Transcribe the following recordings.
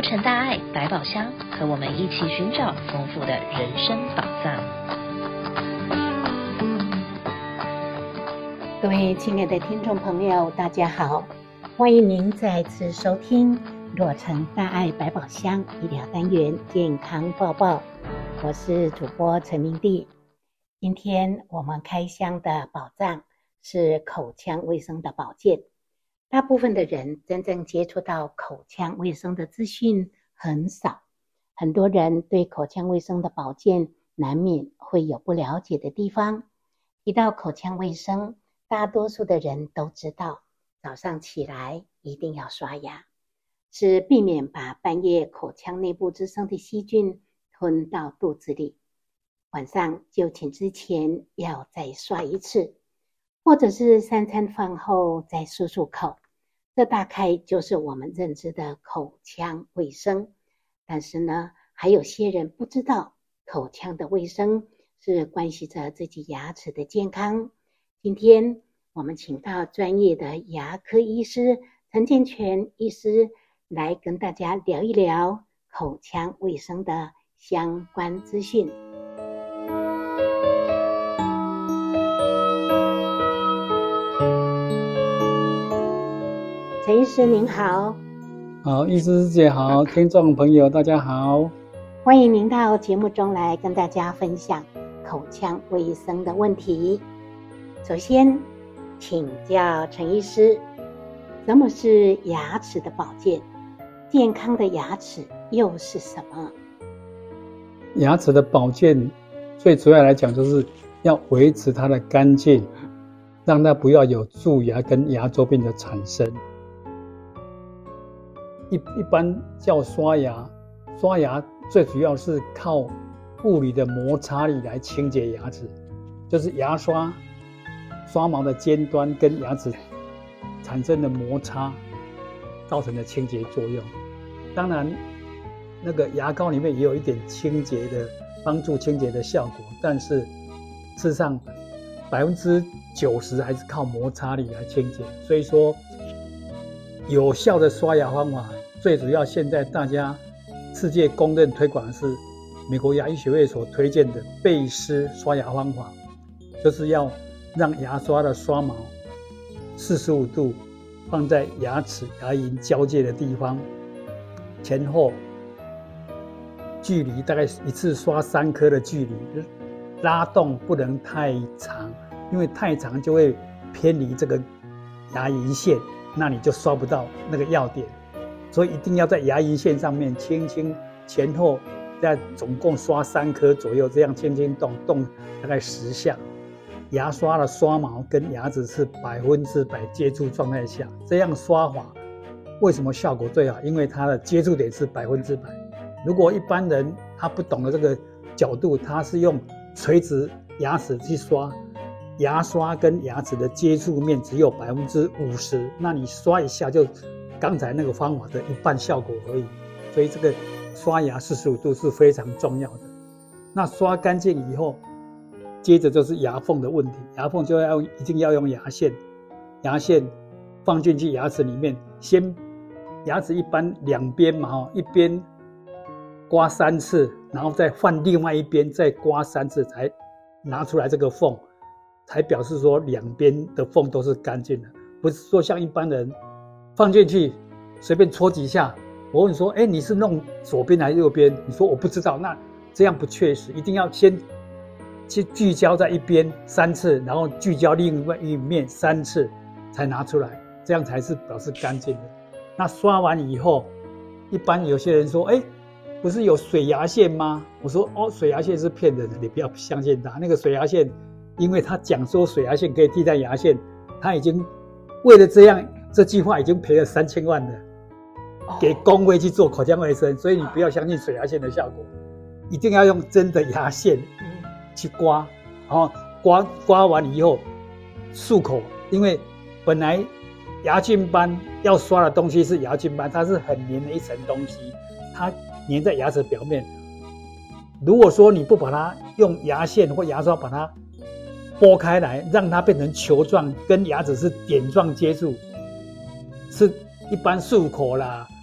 成大爱百宝箱，和我们一起寻找丰富的人生宝藏。 各位亲爱的听众朋友，大家好，欢迎您再次收听洛城大爱百宝箱医疗单元健康报报，我是主播陈明娣。今天我们开箱的宝藏是口腔卫生的保健。大部分的人真正接触到口腔卫生的资讯很少，很多人对口腔卫生的保健难免会有不了解的地方。提到口腔卫生，大多数的人都知道，早上起来一定要刷牙，是避免把半夜口腔内部滋生的细菌吞到肚子里。晚上就寝之前要再刷一次，或者是3餐饭后再漱漱口。这大概就是我们认知的口腔卫生。但是呢，还有些人不知道口腔的卫生是关系着自己牙齿的健康。今天我们请到专业的牙科医师陈建全医师来跟大家聊一聊口腔卫生的相关资讯。陈医师您好。 好，医师姐好，听众朋友大家好， 欢迎您到节目中来跟大家分享口腔卫生的问题。首先请教陈医师，什么是牙齿的保健？健康的牙齿又是什么？ 牙齿的保健最主要来讲就是要维持它的干净，让它不要有蛀牙跟牙周病的产生。一般叫刷牙，刷牙最主要是靠物理的摩擦力来清洁牙齿，就是牙刷刷毛的尖端跟牙齿产生的摩擦造成的清洁作用。当然那个牙膏里面也有一点清洁的帮助清洁的效果，但是事实上90%还是靠摩擦力来清洁。所以说有效的刷牙方法，最主要现在大家世界公认推广的是美国牙医学会所推荐的贝斯刷牙方法，就是要让牙刷的刷毛45度放在牙齿牙龈交界的地方，前后距离大概一次刷3颗的距离，拉动不能太长，因为太长就会偏离这个牙龈线，那你就刷不到那个要点，所以一定要在牙龈线上面轻轻前后再总共刷3颗左右，这样轻轻动大概10下。牙刷的刷毛跟牙齿是100%接触状态下，这样刷法为什么效果最好？因为它的接触点是100%。如果一般人他不懂得这个角度，他是用垂直牙齿去刷，牙刷跟牙齿的接触面只有50%，那你刷一下就刚才那个方法的一半效果而已。所以这个刷牙45度是非常重要的。那刷干净以后，接着就是牙缝的问题，牙缝就一定要用牙线放进去牙齿里面，先牙齿一般两边嘛，一边刮3次，然后再换另外一边再刮3次，才拿出来这个缝，才表示说两边的缝都是干净的。不是说像一般人放进去随便搓几下，我问说你是弄左边还是右边，你说我不知道，那这样不确实，一定要先去聚焦在一边3次，然后聚焦另外一面3次才拿出来，这样才是表示干净的。那刷完以后，一般有些人说不是有水牙线吗？我说水牙线是骗人的，你不要相信他。那个水牙线，因为他讲说水牙线可以替代牙线，他已经为了这句话已经赔了3000万了，给公卫去做口腔卫生，所以你不要相信水牙线的效果，一定要用真的牙线去刮，然后刮完以后漱口，因为本来牙菌斑要刷的东西是牙菌斑，它是很黏的一层东西，它粘在牙齿表面。如果说你不把它用牙线或牙刷把它剥开来，让它变成球状，跟牙齿是点状接触，是一般漱口啦、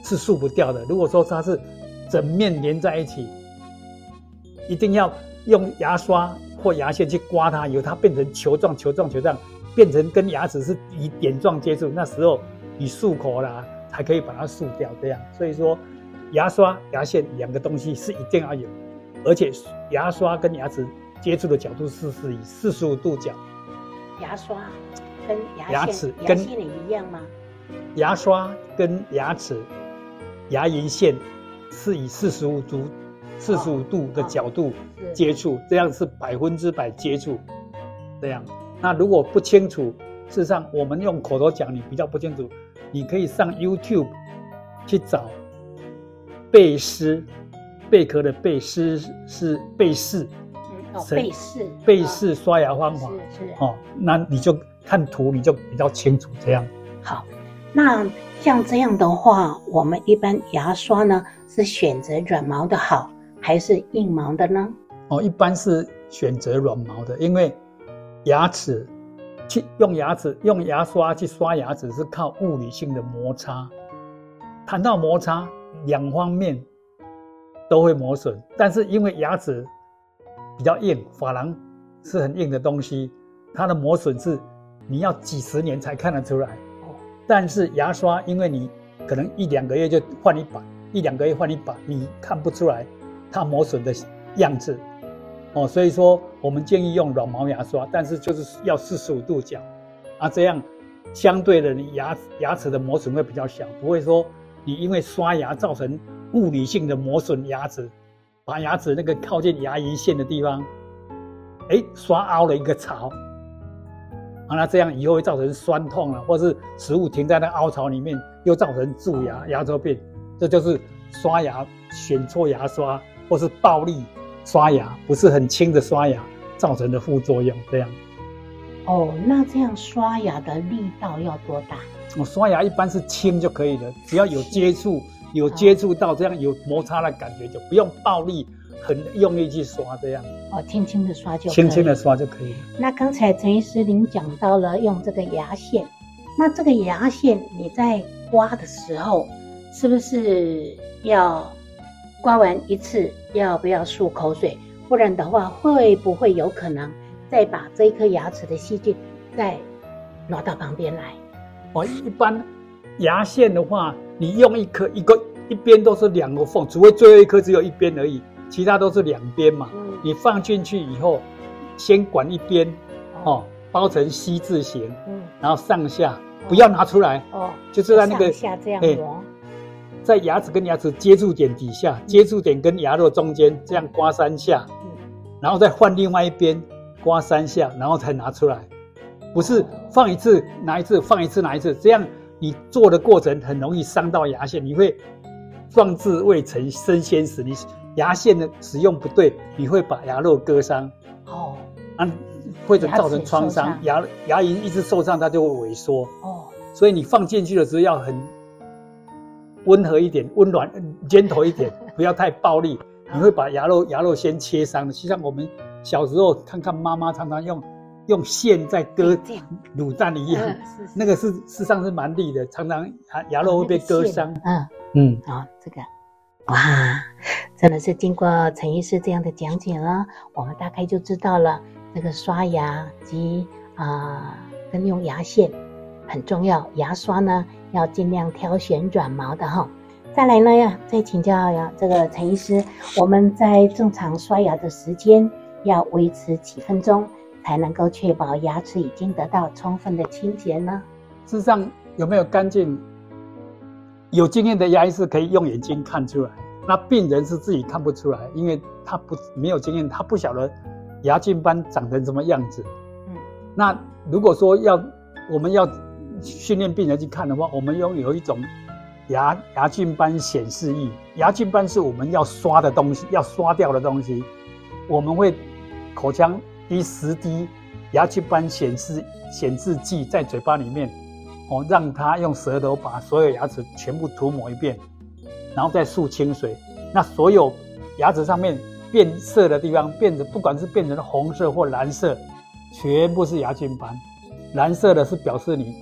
是漱不掉的。如果说它是整面连在一起，一定要用牙刷或牙线去刮它，由它变成球状，变成跟牙齿是以点状接触，那时候你漱口啦，才可以把它漱掉。这样，所以说牙刷、牙线2个东西是一定要有，而且牙刷跟牙齿接触的角度是以45度角。 牙刷跟牙线也一样吗？ 牙刷跟牙齿、牙龈线是以45度的角度接触，这样是100%接触。这样，那如果不清楚，事实上我们用口头讲，你比较不清楚，你可以上 YouTube 去找贝氏，贝壳的贝氏是贝氏，贝氏刷牙方法那你就看图，你就比较清楚。这样好。那像这样的话，我们一般牙刷呢是选择软毛的好，还是硬毛的呢？ 一般是选择软毛的，因为牙齿用牙刷去刷牙齿是靠物理性的摩擦。谈到摩擦，2方面都会磨损，但是因为牙齿比较硬，珐琅是很硬的东西，它的磨损是你要几十年才看得出来。但是牙刷，因为你可能1-2个月就换一把，1-2个月换一把，你看不出来它磨损的样子。所以说我们建议用软毛牙刷，但是就是要45度角这样相对的你牙齿的磨损会比较小，不会说你因为刷牙造成物理性的磨损牙齿，把牙齿那个靠近牙龈线的地方刷凹了一个槽。那这样以后会造成酸痛或是食物停在那凹槽里面，又造成蛀牙、牙周病。这就是刷牙选错牙刷，或是暴力刷牙，不是很轻的刷牙造成的副作用。这样。 那这样刷牙的力道要多大？ 刷牙一般是轻就可以了，只要有接触到，这样有摩擦的感觉，就不用暴力很用力去刷。这样轻轻的刷就可以， 轻轻的刷就可以了。 那刚才陈医师您讲到了用这个牙线，那这个牙线你在刮的时候，是不是要刮完一次要不要漱口水？不然的话，会不会有可能再把这一颗牙齿的细菌再挪到旁边来？ 一般牙线的话，你用一边都是2个缝，除非最后一颗只有一边而已，其他都是2边嘛。你放进去以后，先管一边包成 C 字形，然后上下不要拿出来就是在那个上下这样磨， 在牙齿跟牙齿接触点底下，接触点跟牙肉中间这样刮3下，然后再换另外一边刮3下，然后才拿出来。不是放一次拿一次，放一次拿一次，这样你做的过程很容易伤到牙线，你会壮志未成身先死，你牙线的使用不对，你会把牙肉割伤或者造成创伤，牙龈一直受伤，它就会萎缩所以你放进去的时候要很温和一点，温暖gentle一点，不要太暴力，你会把牙肉先切伤的。就像我们小时候看看妈妈常常用线在割卤蛋一样，那个事实上是蛮利的，常常牙肉会被割伤。 这个哇，真的是经过陈医师这样的讲解了，我们大概就知道了这个刷牙及跟用牙线很重要，牙刷呢要尽量挑选软毛的哈。再来呢，再请教这个陈医师，我们在正常刷牙的时间要维持几分钟，才能够确保牙齿已经得到充分的清洁呢？ 事实上有没有干净，有经验的牙医师可以用眼睛看出来，那病人是自己看不出来，因为他没有经验，他不晓得牙菌斑长成什么样子。那如果说我们要训练病人去看的话，我们有一种牙菌斑显示仪。牙菌斑是我们要刷的东西，要刷掉的东西，我们会口腔滴10滴牙菌斑显示剂在嘴巴里面让它用舌头把所有牙齿全部涂抹一遍，然后再漱清水。那所有牙齿上面变色的地方，不管是变成红色或蓝色，全部是牙菌斑。蓝色的是表示你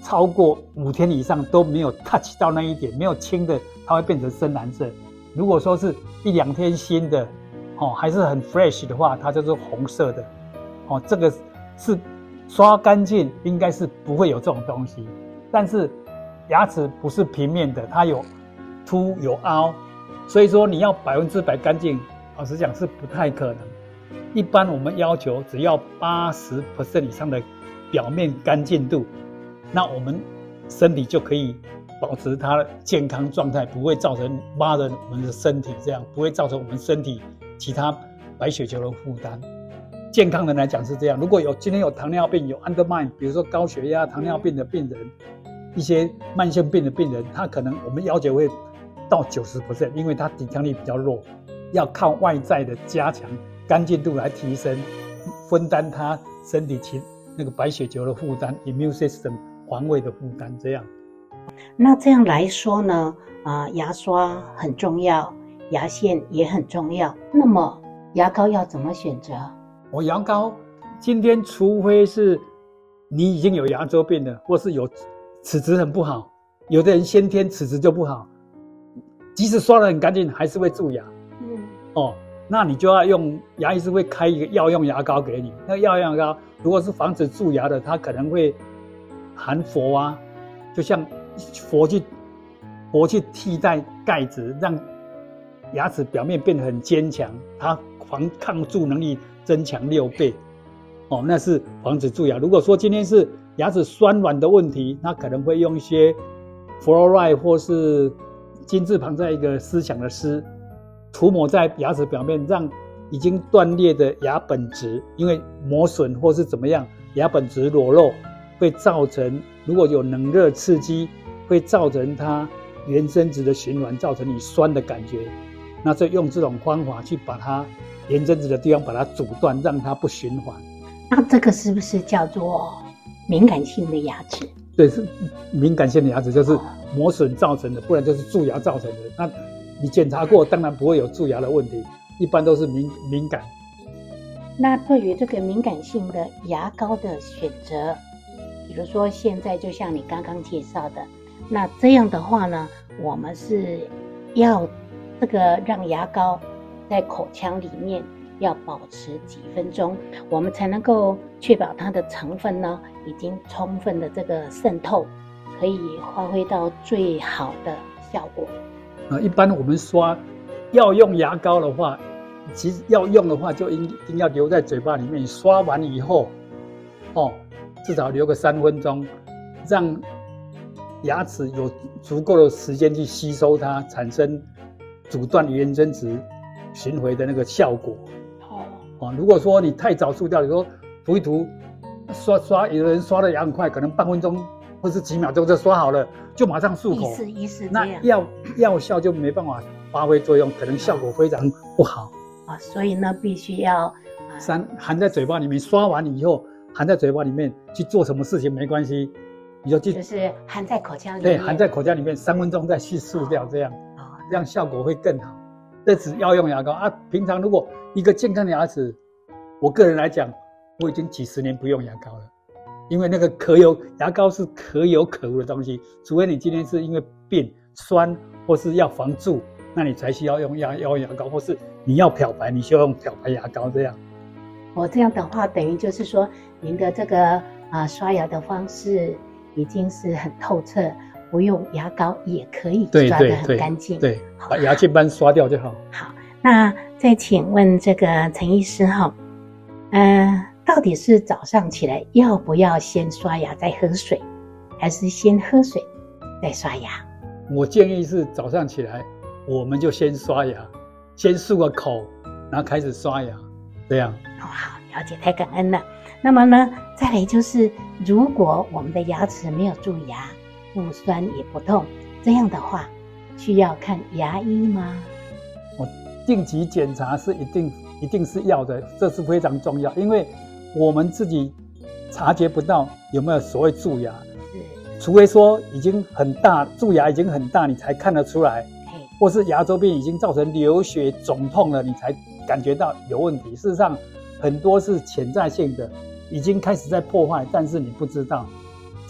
超过5天以上都没有 touch 到那一点，没有清的，它会变成深蓝色。如果说是1-2天新的，还是很 fresh 的话，它就是红色的。这个是刷干净，应该是不会有这种东西。但是牙齿不是平面的，它有凸有凹，所以说你要100%干净，老实讲是不太可能。一般我们要求只要80% 以上的表面干净度，那我们身体就可以保持它的健康状态，不会造成抹着我们的身体，这样不会造成我们身体其他白血球的负担。健康人来讲是这样，如果今天有糖尿病，有 undermine， 比如说高血压、糖尿病的病人，一些慢性病的病人，他可能我们要求会到 90%， 因为他抵抗力比较弱，要靠外在的加强干净度来提升，分担他身体那个白血球的负担 ，immune system 防卫的负担，这样。 那这样来说呢，牙刷很重要，牙线也很重要。那么牙膏要怎么选择？ 牙膏今天除非是你已经有牙周病了，或是有齿质很不好，有的人先天齿质就不好，即使刷得很干净，还是会蛀牙。那你就要用牙医师会开一个药用牙膏给你。那个药用牙膏如果是防止蛀牙的，它可能会含氟啊，就像氟去替代钙质，让牙齿表面变得很坚强，它防抗蛀能力增强6倍。那是防止蛀牙。如果说今天是牙齿酸软的问题，那可能会用一些 fluoride 或是金字旁在一个思想的思，涂抹在牙齿表面，让已经断裂的牙本质，因为磨损或是怎么样，牙本质裸露，会造成如果有冷热刺激，会造成它原生质的循环，造成你酸的感觉。那就用这种方法去把它原生质的地方把它阻断，让它不循环。 那这个是不是叫做敏感性的牙齿？ 对，是敏感性的牙齿，就是磨损造成的，不然就是蛀牙造成的。那你检查过，当然不会有蛀牙的问题，一般都是敏感。 那对于这个敏感性的牙膏的选择，比如说现在就像你刚刚介绍的，那这样的话呢，我们是要这个让牙膏在口腔里面要保持几分钟，我们才能够确保它的成分呢已经充分的这个渗透，可以发挥到最好的效果。 一般我们刷要用牙膏的话，其实要用的话就一定要留在嘴巴里面，刷完以后至少留个3分钟，让牙齿有足够的时间去吸收它，产生阻断原生质循回的那个效果。如果说你太早漱掉，你说涂一涂刷，有的人刷的牙很快，可能半分钟或是几秒钟就刷好了，就马上漱口，那药效就没办法发挥作用，可能效果非常不好。 所以呢，必须要含在嘴巴里面，刷完以后含在嘴巴里面去做什么事情没关系，你就是含在口腔里面， 对，含在口腔里面3分钟再去漱掉，这样效果会更好。这只要用牙膏平常如果一个健康的牙齿，我个人来讲，我已经几10年不用牙膏了，因为那个牙膏是可有可无的东西，除非你今天是因为病酸或是要防蛀，那你才需要用牙膏，或是你要漂白，你需要用漂白牙膏这样。 这样的话，等于就是说，您的这个刷牙的方式已经是很透彻，不用牙膏也可以刷得很干净。 对，把牙线斑刷掉就好。 好，那再请问这个陈医师到底是早上起来要不要先刷牙再喝水，还是先喝水再刷牙？ 我建议是早上起来我们就先刷牙，先漱个口，然后开始刷牙，这样。 好，了解，太感恩了。那么呢，再来就是，如果我们的牙齿没有蛀牙，不酸也不痛，这样的话，需要看牙医吗？ 定期检查是一定是要的，这是非常重要，因为我们自己察觉不到有没有所谓蛀牙，除非说已经很大，蛀牙已经很大，你才看得出来，或是牙周病已经造成流血肿痛了，你才感觉到有问题。事实上，很多是潜在性的，已经开始在破坏，但是你不知道，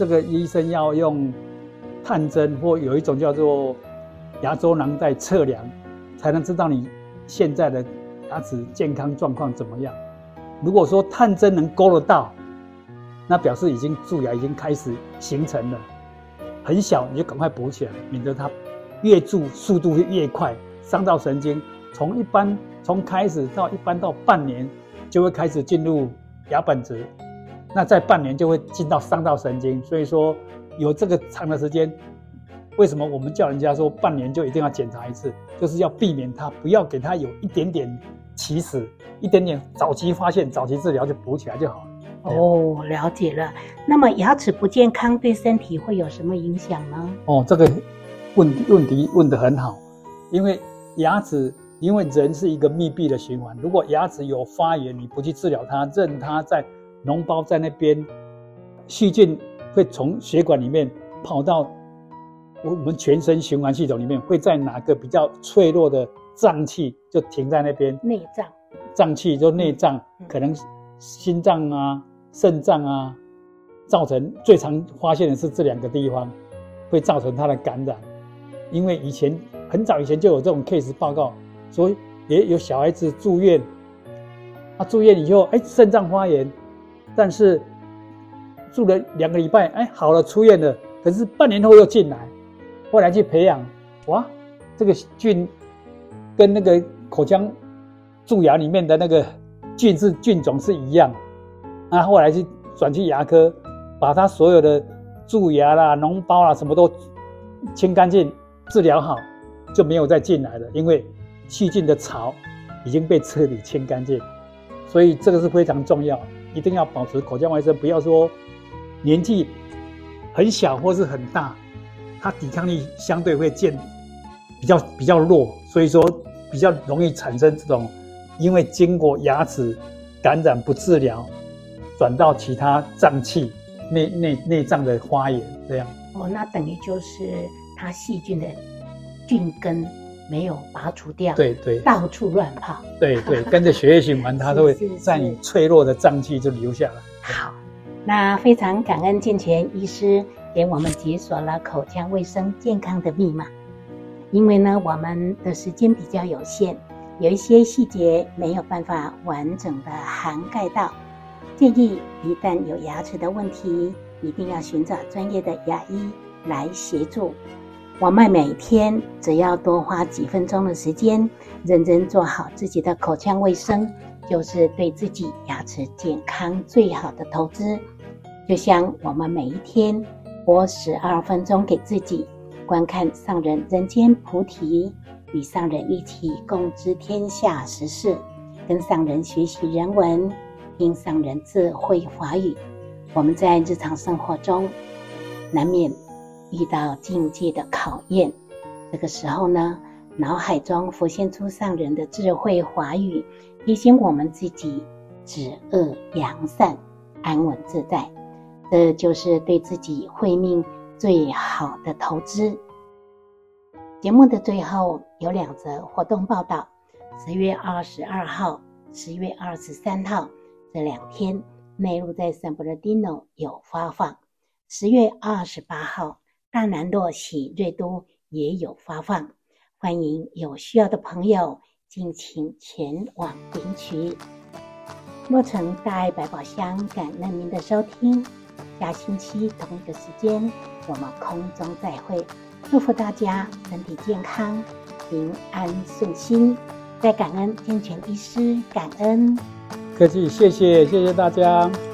这个医生要用探针或有一种叫做牙周囊袋测量，才能知道你现在的牙齿健康状况怎么样。如果说探针能勾得到，那表示蛀牙已经开始形成了，很小你就赶快补起来，免得它越蛀速度会越快，伤到神经。从开始到一般到半年就会开始进入牙本质，那在半年就会伤到神经。所以说有这个长的时间，为什么我们叫人家说半年就一定要检查一次，就是要避免它，不要给它有一点点起始，一点点早期发现早期治疗就补起来就好了。 哦，了解了。那么牙齿不健康对身体会有什么影响呢？ 这个问题问得很好。因为人是一个密闭的循环，如果牙齿有发炎，你不去治疗它，任它在脓包在那边，细菌会从血管里面跑到我们全身循环系统里面，会在哪个比较脆弱的脏器就停在那边。 内脏脏器就内脏，可能心脏啊、肾脏啊，造成最常发现的是这2个地方，会造成它的感染。因为很早以前就有这种 case 报告，所以也有小孩子住院，住院以后肾脏发炎，但是住了2个礼拜好了出院了，可是半年后又进来，后来去培养，哇，这个菌跟那个口腔蛀牙里面的那个菌种是一样，后来转去牙科，把它所有的蛀牙啦、脓包啦什么都清干净，治疗好，就没有再进来了，因为细菌的巢已经被彻底清干净。所以这个是非常重要，一定要保持口腔卫生，不要说年纪很小或是很大，它抵抗力相对会比较弱，所以说比较容易产生这种因为经过牙齿感染不治疗，转到其他脏器内脏的发炎这样。 那等于就是它细菌的菌根没有拔除掉， 对， 到处乱跑， 对，跟着血液循环，它都会在你脆弱的脏器就留下来。 好，那非常感恩健全医师给我们解锁了口腔卫生健康的密码。因为呢，我们的时间比较有限，有一些细节没有办法完整的涵盖到，建议一旦有牙齿的问题，一定要寻找专业的牙医来协助。我们每天只要多花几分钟的时间，认真做好自己的口腔卫生，就是对自己牙齿健康最好的投资。就像我们每一天拨12分钟给自己，观看上人人间菩提，与上人一起共知天下时事，跟上人学习人文，听上人智慧法语。我们在日常生活中难免遇到境界的考验，这个时候呢，脑海中浮现出上人的智慧法语，提醒我们自己止恶扬善，安稳自在，这就是对自己慧命最好的投资。节目的最后有2则活动报道，10月22号、10月23号这2天，内陆在San Bernardino有发放；10月28号，大南洛喜瑞都也有发放。欢迎有需要的朋友敬请前往领取。洛城大爱百宝箱，感恩您的收听，下星期同一个时间我们空中再会。祝福大家身体健康，平安顺心。再感恩健全医师，感恩。 客气，谢谢大家。